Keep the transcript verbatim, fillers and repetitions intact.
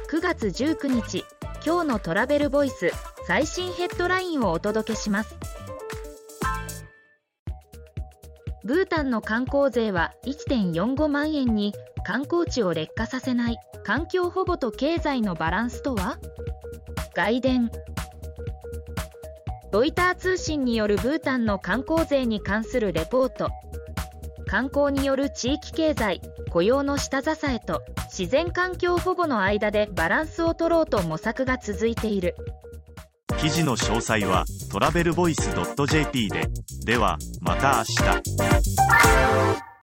くがつじゅうくにち、今日のトラベルボイス最新ヘッドラインをお届けします。ブータンの観光税は いってんよんごまんえんに、観光地を劣化させない環境保護と経済のバランスとは？外伝。ロイター通信によるブータンの観光税に関するレポート。観光による地域経済、雇用の下支えと自然環境保護の間でバランスを取ろうと模索が続いている。 記事の詳細はトラベルボイス .jp で。ではまた明日。